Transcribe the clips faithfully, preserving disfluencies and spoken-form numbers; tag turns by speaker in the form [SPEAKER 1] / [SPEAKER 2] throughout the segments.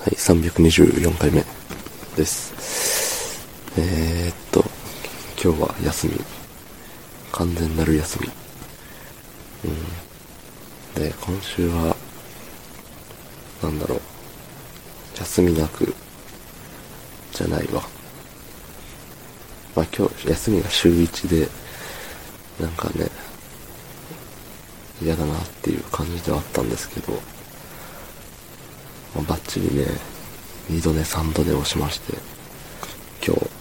[SPEAKER 1] はい、さんびゃくにじゅうよんかいめです。えー、っと、今日は休み。完全なる休み。うん。で、今週は、なんだろう。休みなく、じゃないわ。まあ今日、休みが週いちで、なんかね、嫌だなっていう感じではあったんですけど、まあ、バッチリね、にど寝さんど寝をしまして、今日、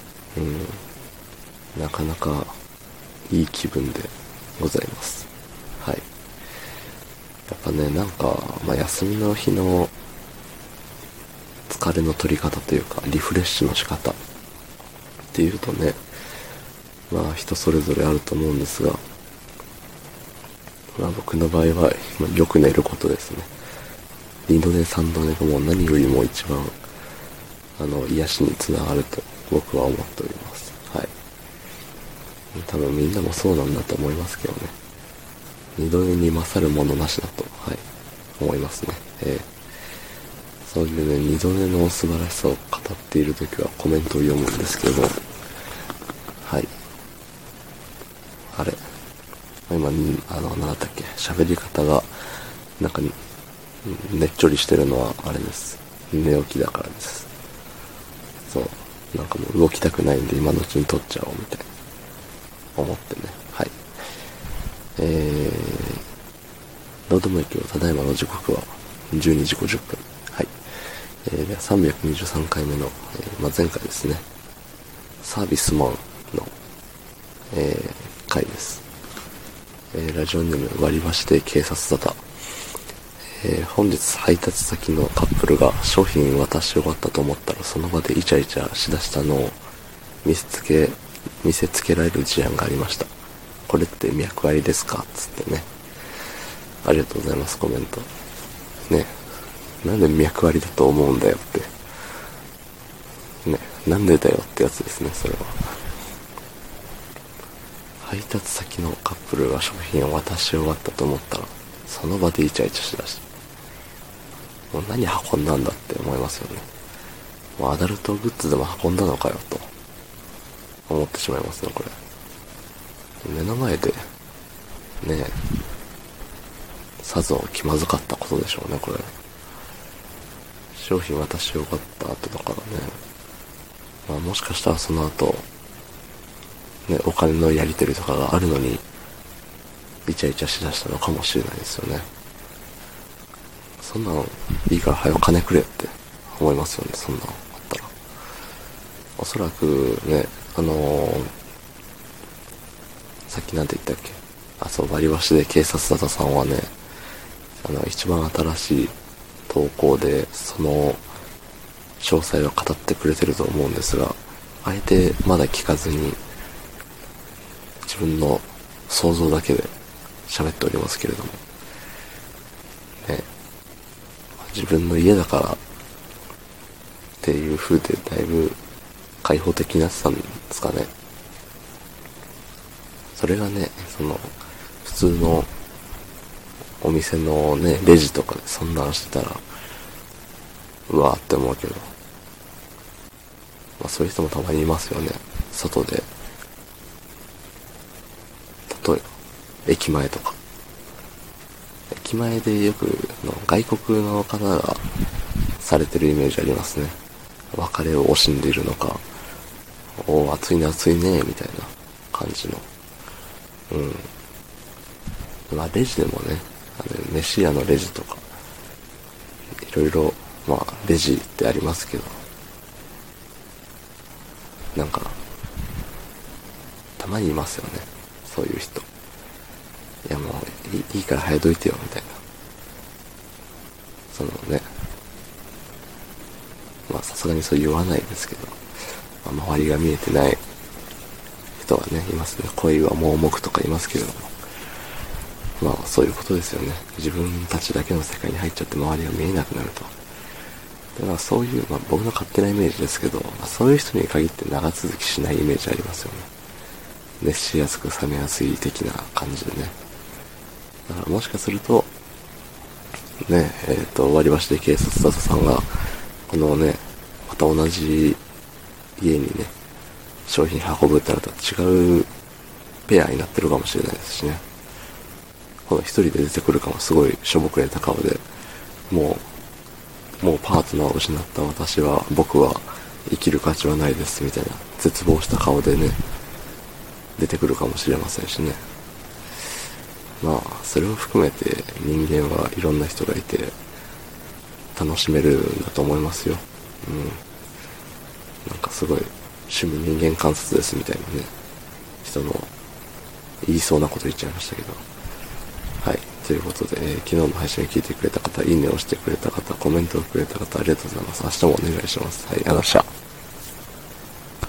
[SPEAKER 1] うん、なかなかいい気分でございます。はい。やっぱね、なんか、まあ、休みの日の疲れの取り方というか、リフレッシュの仕方っていうとね、まあ人それぞれあると思うんですが、まあ僕の場合は、まあ、よく寝ることですね。にど寝さんど寝がもう何よりも一番あの癒しにつながると僕は思っております。はい。多分みんなもそうなんだと思いますけどね。にど寝に勝るものなしだと、はい、思いますね。えー、そういうね、にど寝の素晴らしさを語っているときはコメントを読むんですけど、はい。あれ、今、あの、なんだったっけ、喋り方が、なんか、ねっちょりしてるのはあれです。寝起きだからです。そう。なんかもう動きたくないんで今のうちに撮っちゃおうみたいな思ってね。はい。えー、どうでもいいけど、ただいまの時刻はじゅうにじごじゅっぷん。はい。えー、ではさんびゃくにじゅうさんかいめの、えー、まあ、前回ですね。サービスマンの、えー、回です。えー、ラジオネーム割り箸で警察沙汰。えー、本日配達先のカップルが商品渡し終わったと思ったらその場でイチャイチャしだしたのを見せつけ、見せつけられる事案がありました。これって脈ありですかつってね。ありがとうございます、コメント。ね。なんで脈ありだと思うんだよって。ね。なんでだよってやつですね、それは。配達先のカップルが商品を渡し終わったと思ったらその場でイチャイチャしだした。もう何運んだんだって思いますよね。もうアダルトグッズでも運んだのかよと思ってしまいますね、これ。目の前でね、さぞ気まずかったことでしょうね、これ。商品渡し終わった後だからね。まあもしかしたらその後ね、お金のやり取りとかがあるのにイチャイチャしだしたのかもしれないですよね。そんなのいいから早く金くれって思いますよね、そんなのあったら。おそらくね、あのー、さっきなんて言ったっけ、あ、そう、割り箸で警察沙汰さんはね、あの一番新しい投稿でその詳細を語ってくれてると思うんですが、あえてまだ聞かずに自分の想像だけで喋っておりますけれどもね、自分の家だからっていう風でだいぶ開放的になってたんですかね。それがね、その普通のお店のねレジとかでそんなんしてたらうわーって思うけど、まあそういう人もたまにいますよね。外で、例えば駅前とか、駅前でよくの外国の方がされてるイメージありますね。別れを惜しんでいるのか、おー暑いね暑いねみたいな感じの、うん。まあレジでもね、あの飯屋のレジとかいろいろ、まあレジってありますけど、なんかたまにいますよね、そういう人。いやもういい、いいから早どいてよみたいな。そのね、まあさすがにそう言わないですけど、まあ、周りが見えてない人はねいますね。恋は盲目とかいますけれども、まあそういうことですよね。自分たちだけの世界に入っちゃって周りが見えなくなると。だからそういう、まあ僕の勝手なイメージですけど、まあ、そういう人に限って長続きしないイメージありますよね。熱しやすく冷めやすい的な感じでね。だからもしかするとねえ、えっと割り箸で警察沙汰さんがこのね、また同じ家にね、商品運ぶってなったら違うペアになってるかもしれないですしね。この一人で出てくるかもすごいしょぼくれた顔で、もう、もうパートナーを失った私は、僕は生きる価値はないですみたいな絶望した顔でね、出てくるかもしれませんしね。まあ、それを含めて人間はいろんな人がいて、楽しめるんだと思いますよ。うん。なんかすごい趣味人間観察ですみたいなね、人の言いそうなこと言っちゃいましたけど。はい。ということで、えー、昨日の配信を聞いてくれた方、いいねをしてくれた方、コメントをくれた方、ありがとうございます。明日もお願いします。はい、ありがとうございました。